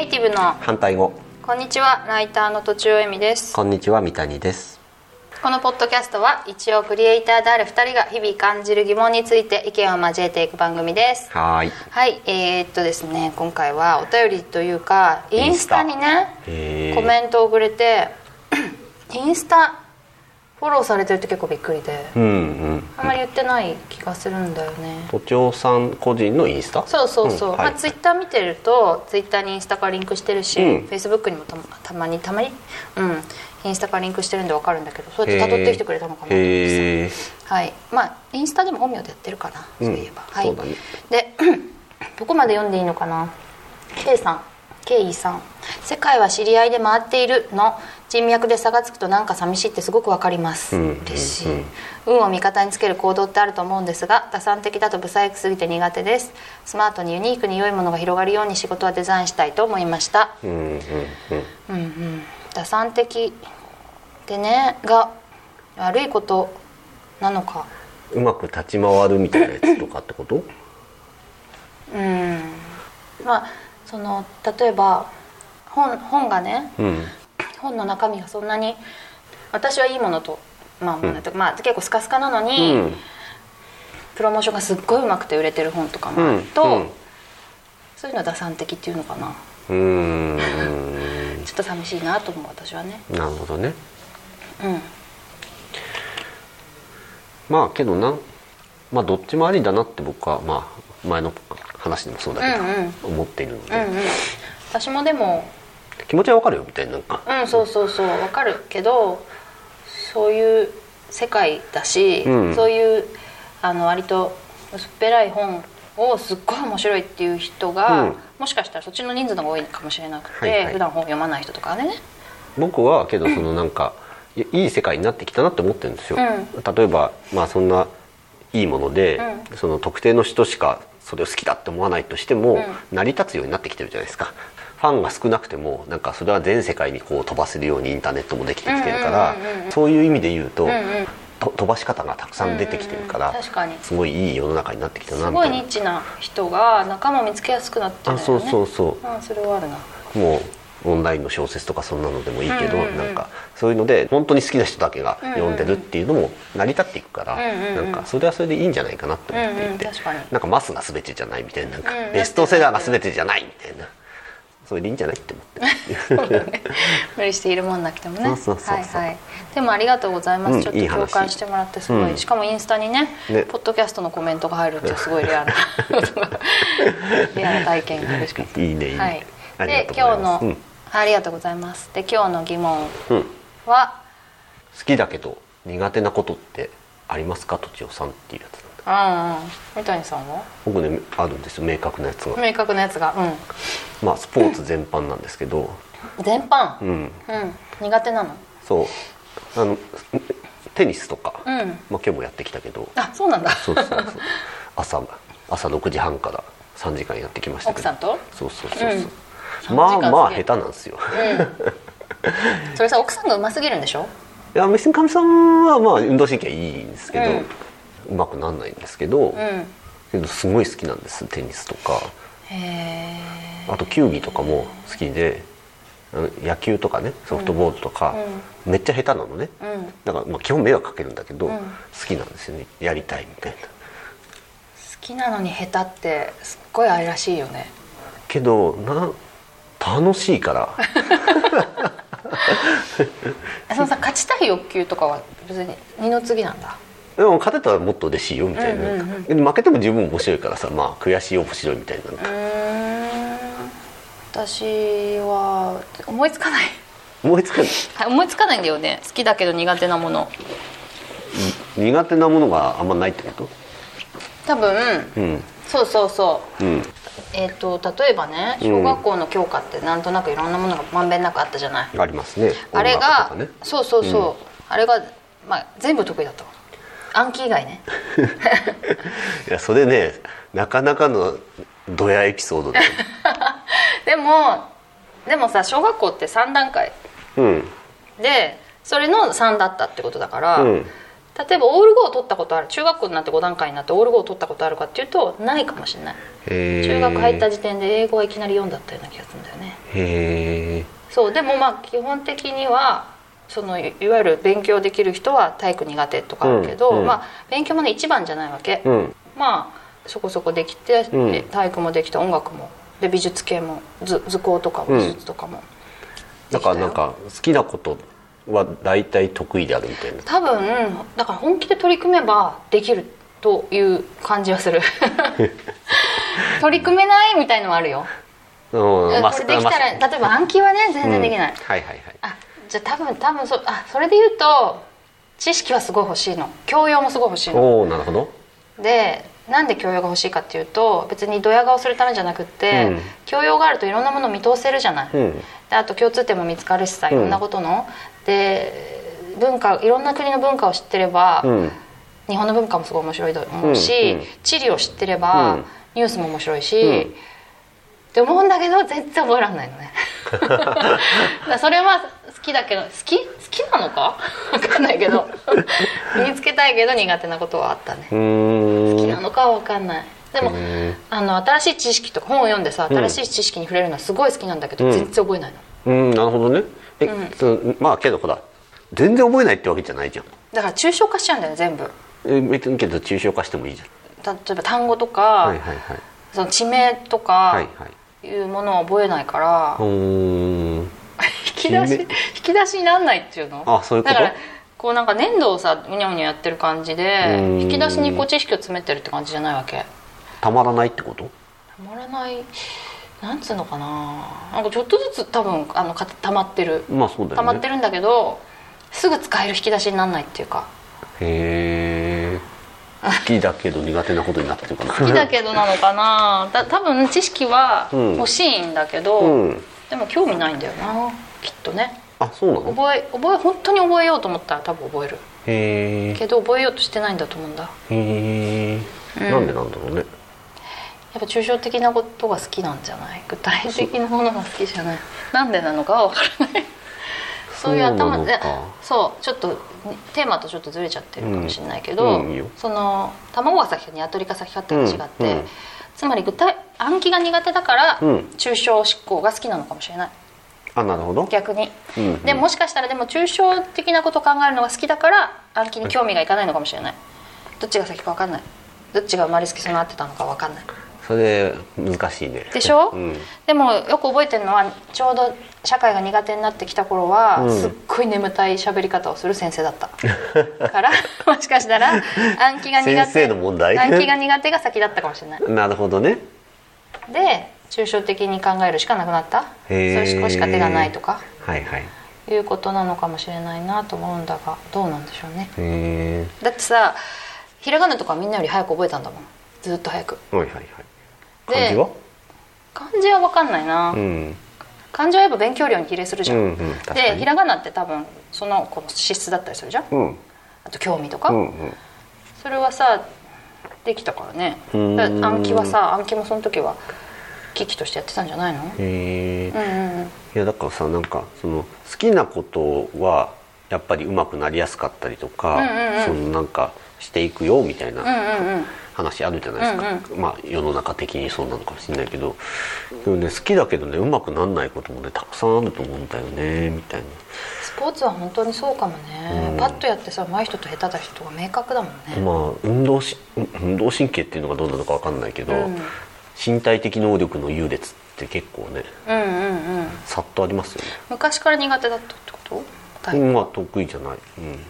ティブの反対語。 こんにちは、ライターのとちおえみです。 こんにちは、三谷です。 このポッドキャストは一応クリエイターである2人が日々感じる疑問について意見を交えていく番組です。 はい。 ですね、今回はお便りというかインスタにねコメントをくれてインスタフォローされてるって結構びっくりで、あんまり言ってない気がするんだよね。 都庁さん個人のインスタ？ そう、ツイッター見てるとツイッターにインスタからリンクしてるし、フェイスブックにもたまにインスタからリンクしてるんで分かるんだけど、そうやって辿ってきてくれたのかなと思ってさ、はい、インスタでも本名でやってるかな、そういえば、はい、 そうだね。 でどこまで読んでいいのかな。K さん、世界は知り合いで回っているの人脈で差がつくとなんか寂しいってすごくわかります。嬉しい。運を味方につける行動ってあると思うんですが、打算的だと不細工すぎて苦手です。スマートにユニークに良いものが広がるように仕事はデザインしたいと思いました。打算的でねが悪いことなのか、 うまく立ち回るみたいなやつとかってこと？ 例えば本がね、本の中身がそんなに私はいいものと、結構スカスカなのに、プロモーションがすっごいうまくて売れてる本とかもあると、そういうのは打算的っていうのかな。ちょっと寂しいなと思う、私はね。 なるほどね。けどどっちもありだなって僕は前の話でもそうだけど、思っているので、 私もでも気持ちはわかるよみたいな、 そうわかるけど、そういう世界だし、そういう割と薄っぺらい本をすっごい面白いっていう人が、もしかしたらそっちの人数の方が多いかもしれなくて、普段本読まない人とかね。僕はけどいい世界になってきたなって思ってるんですよ。例えばそんないいもので、その特定の人しかそれを好きだって思わないとしても、成り立つようになってきてるじゃないですか。ファンが少なくてもそれは全世界にこう飛ばせるようにインターネットもできてきてるから、そういう意味で言うと、飛ばし方がたくさん出てきてるから、 確かにすごいいい世の中になってきたな。 すごいニッチな人が仲間を見つけやすくなってるんだよね。そうそれはあるな。もうオンラインの小説とかそんなのでもいいけど、そういうので本当に好きな人だけが読んでるっていうのも成り立っていくから、それはそれでいいんじゃないかなと思っていて、マスが全てじゃないみたいな、ベストセラーが全てじゃないみたいな、それでいいんじゃないって思って無理しているもんなくてもね。でもありがとうございます。ちょっと共感してもらってすごい、しかもインスタにねポッドキャストのコメントが入るってすごいレアな体験が嬉しかった。 いいね。 で今日のありがとうございます。で今日の疑問は、 好きだけど苦手なことってありますか、とちおさんっていうやつなんだ。三谷さんは？ 僕ね、あるんですよ、明確なやつが。スポーツ全般なんですけど。 全般？苦手なの？ そう、テニスとか、今日もやってきたけど。 そうなんだ。 そう朝6時半から3時間やってきましたけど。 奥さんと？ そう下手なんですよ。 それさ、奥さんがうますぎるんでしょ？ いや、別にかみさんは運動神経いいんですけど、うまくなんないんですけど、けどすごい好きなんです、テニスとか。あと球技とかも好きで、野球とかね、ソフトボールとか、めっちゃ下手なのね。だから基本迷惑かけるんだけど、好きなんですよね、やりたいみたいな。好きなのに下手ってすっごい愛らしいよね。 けど楽しいからそのさ、勝ちたい欲求とかは別に二の次なんだ。 でも勝てたらもっと嬉しいよみたいな、負けても十分面白いからさ、悔しい面白いみたいな。 私は思いつかない思いつかないんだよね。好きだけど苦手なもの。 苦手なものがあんまないってこと？ 多分、そう、例えばね、小学校の教科ってなんとなくいろんなものがまんべんなくあったじゃない。 ありますね。 あれが、あれが全部得意だった。暗記以外ね。 いや、それね、なかなかのドヤエピソードだよ。 でもさ、小学校って3段階、でそれの3だったってことだから、 例えばオール5を取ったことある、中学校になって5段階になってオール5を取ったことあるかっていうとないかもしれない。中学入った時点で英語はいきなり4だったような気がするんだよね。 へえ。 そうでもまあ基本的にはそのいわゆる勉強できる人は体育苦手とかあるけど、まあ勉強もね一番じゃないわけ、まあそこそこできて、体育もできて音楽もで美術系も図工とかも美術とかもできたよ。 なんか好きなことは大体得意であるみたいな。 多分だから本気で取り組めばできるという感じはする取り組めないみたいのはあるよ。これできたら、例えば暗記はね全然できない、 はいはいはい。 あじゃあ多分それで言うと知識はすごい欲しいの、教養もすごい欲しいの。 おお、なるほど。 でなんで教養が欲しいかっていうと別にドヤ顔するためじゃなくって、教養があるといろんなものを見通せるじゃない、であと共通点も見つかるしさ、いろんなことの、でいろんな国の文化を知ってれば、日本の文化もすごい面白いと思うし、地理を知ってれば、ニュースも面白いし、って思うんだけど全然覚えられないのねだそれは好きだけど好きなのか分かんないけど身につけたいけど苦手なことはあったね。好きなのかは分かんない。でも新しい知識とか本を読んでさ、新しい知識に触れるのはすごい好きなんだけど、全然覚えないの。 なるほどね。まあけどほら全然覚えないってわけじゃないじゃん。 だから抽象化しちゃうんだよね全部。 別にけど抽象化してもいいじゃん。 例えば単語とか、その地名とかいうものを覚えないから、引き出しになんないっていうの。 あ、そういうこと。 だからこうなんか粘土をさうにゃうにゃやってる感じで引き出しにこう知識を詰めてるって感じじゃないわけ。 たまらないってこと？ たまらない、なんつうのかな、なんかちょっとずつ多分たまってる、 まあそうだよね、 たまってるんだけどすぐ使える引き出しにならないっていうか。 へえ。好きだけど苦手なことになってるかな。 好きだけどなのかな。多分知識は欲しいんだけど、でも興味ないんだよなきっとね。 あ、そうなの？ 本当に覚えようと思ったら多分覚える。 へえ。 けど覚えようとしてないんだと思うんだ。 へえ。なんでなんだろうね。 やっぱ抽象的なことが好きなんじゃない？具体的なものが好きじゃない。なんでなのかは分からないそういう頭で、そうちょっとテーマとちょっとずれちゃってるかもしれないけど、その卵が先か鶏か先かって話があって、つまり暗記が苦手だから、抽象思考が好きなのかもしれない。 あ、なるほど。 逆に、でもしかしたらでも抽象的なことを考えるのが好きだから暗記に興味がいかないのかもしれない。どっちが先か分かんない。どっちが生まれつきそうなってたのか分かんない。 それ難しいね。 でしょ、でもよく覚えてるのはちょうど社会が苦手になってきた頃は、すっごい眠たい喋り方をする先生だったからもしかしたら暗記が苦手先生の問題暗記が苦手が先だったかもしれない。 なるほどね。 で抽象的に考えるしかなくなった。そういう思考しか手がないとか、いうことなのかもしれないなと思うんだが、どうなんでしょうね。だってさひらがなとかみんなより早く覚えたんだもん、ずっと早く。漢字は？漢字は分かんないな、漢字はやっぱ勉強量に比例するじゃん、でひらがなって多分その子の資質だったりするじゃん、あと興味とか、それはさできたからね。暗記はさ、暗記もその時は機器としてやってたんじゃないの？いやだからさ、なんかその好きなことはやっぱり上手くなりやすかったりとか、そのなんかしていくよみたいな話あるじゃないですか。まあ世の中的にそうなのかもしれないけど、でもね好きだけどね上手くならないこともねたくさんあると思うんだよねみたいな。 スポーツは本当にそうかもね、パッとやってさ上手い人と下手な人が明確だもんね。 まあ運動神経っていうのがどうなのか分かんないけど、身体的能力の優劣って結構ね、さっとありますよね。 昔から苦手だったってこと？ まあ得意じゃない。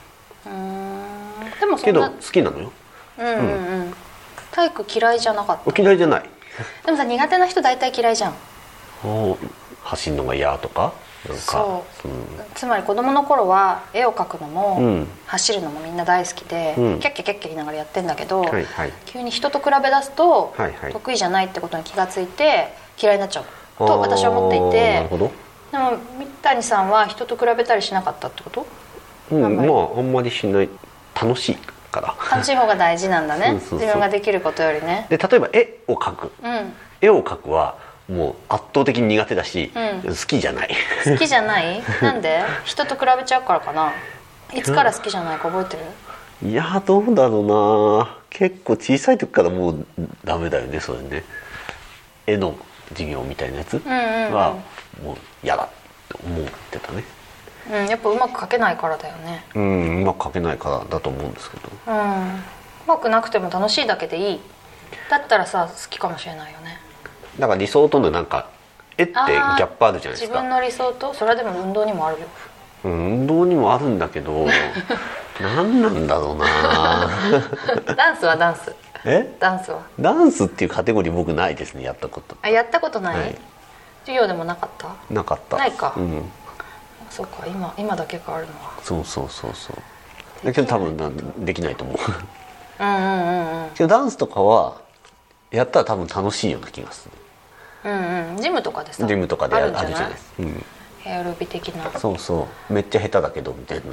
でもそんなけど好きなのよ。 体育嫌いじゃなかった？ 嫌いじゃない。 でもさ苦手な人大体嫌いじゃん。 走るのが嫌とかなんか。そう、 つまり子供の頃は絵を描くのも、走るのもみんな大好きで、キャッキャキャッキャ言いながらやってんだけど、急に人と比べ出すと、得意じゃないってことに気がついて嫌いになっちゃうと私は思っていて。なるほど。でも三谷さんは人と比べたりしなかったってこと？ まああんまりしない。楽しいから。 楽しい方が大事なんだね。自分ができることよりね。 で例えば絵を描く、絵を描くはもう圧倒的に苦手だし、好きじゃない。 好きじゃない？なんで？人と比べちゃうからかな。いつから好きじゃないか覚えてる？ いやどうだろうな。結構小さい時からもうダメだよねそれね。絵の授業みたいなやつはもう嫌だって思ってたね。 やっぱうまく描けないからだよね。 うまく描けないからだと思うんですけど、 うまくなくても楽しいだけでいい。だったらさ好きかもしれないよね。 だから理想とのなんか絵ってギャップあるじゃないですか。 自分の理想とそれはでも運動にもあるよ。 運動にもあるんだけど何なんだろうなダンスはダンス。ダンスっていうカテゴリー僕ないですね。やったことやったことない、 はい、 授業でもなかった。 なかった。 ないか、そうか今だけ変わるのは。そうだけど多分できないと思うけどダンスとかはやったら多分楽しいような気がする。 ジムとかでさ、 ジムとかであるじゃないですか。 エアロビ的な。 そうめっちゃ下手だけどみたいな。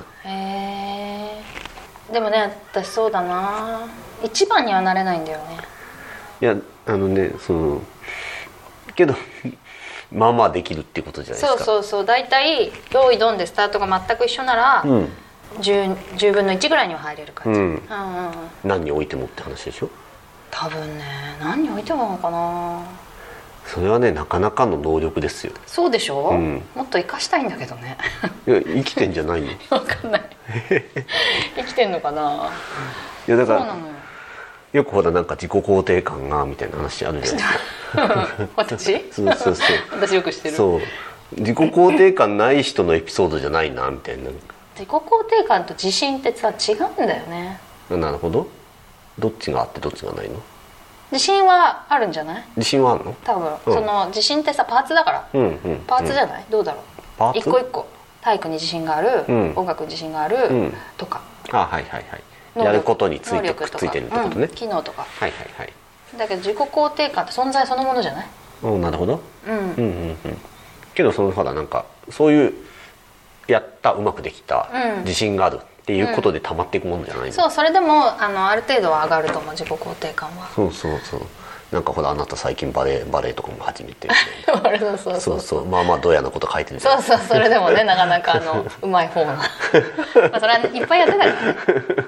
でもね私そうだな、一番にはなれないんだよね。 いやけどまあまあできるっていうことじゃないですか。 そう大体用意ドンでスタートが全く一緒なら、10分の1ぐらいには入れる感じ。 何に置いてもって話でしょ。 多分ね何に置いてもなのかな。 それはねなかなかの能力ですよ。 そうでしょ、もっと生かしたいんだけどねいや生きてんじゃないの分かんない生きてんのかな。 いやだからそうなのよ。 よくほらなんか自己肯定感がみたいな話あるじゃないですか私そう私よく知ってる。 そう自己肯定感ない人のエピソードじゃないなみたいな。 自己肯定感と自信ってさ違うんだよね。 なるほど。どっちがあってどっちがないの。 自信はあるんじゃない。 自信はあるの多分、その自信ってさパーツだから、パーツじゃない、どうだろう。一個一個体育に自信がある、音楽に自信がある、とか。 やることについてくっついてるってことね。 機能とか。だけど自己肯定感って存在そのものじゃない。 なるほど。けどほらなんかそういうやったうまくできた、自信があるっていうことで溜まっていくものじゃないの。 それでもある程度は上がると思う、自己肯定感は。 なんかほらあなた最近バレエとかも始めてそうまあまあどうやなこと書いてるじゃないですか。 それでもねなかなかうまい方なそれはいっぱいやってたからね。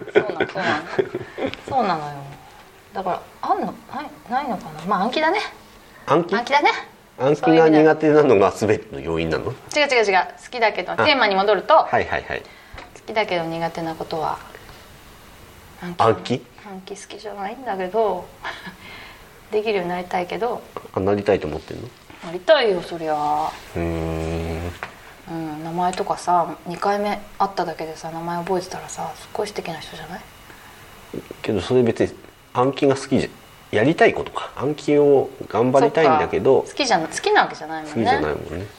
そうなのよ。だからあんのないのかな。まあ暗記だね。暗記だね。 暗記が苦手なのが全ての要因なの。違う好きだけどテーマに戻ると、好きだけど苦手なことは暗記好きじゃないんだけどできるようになりたいけど。 なりたいと思ってるの。 なりたいよそりゃ。名前とかさ2回目会っただけでさ名前覚えてたらさすっごい素敵な人じゃない。けどそれ別に暗記が好きやりたいことか。暗記を頑張りたいんだけど好きなわけじゃないもんね。 好きじゃないもんね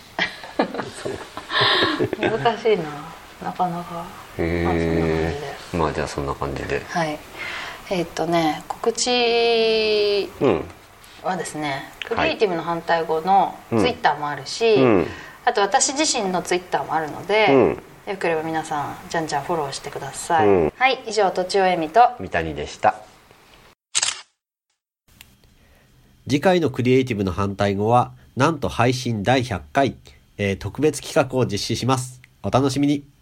難しいなかなか。 まあじゃあそんな感じで。 告知はですね、クリエイティブの反対語のツイッターもあるし、あと私自身のツイッターもあるので、よければ皆さんじゃんじゃんフォローしてください。はい、以上とちおえみと三谷でした。 次回のクリエイティブの反対語はなんと配信第100回、特別企画を実施します。お楽しみに。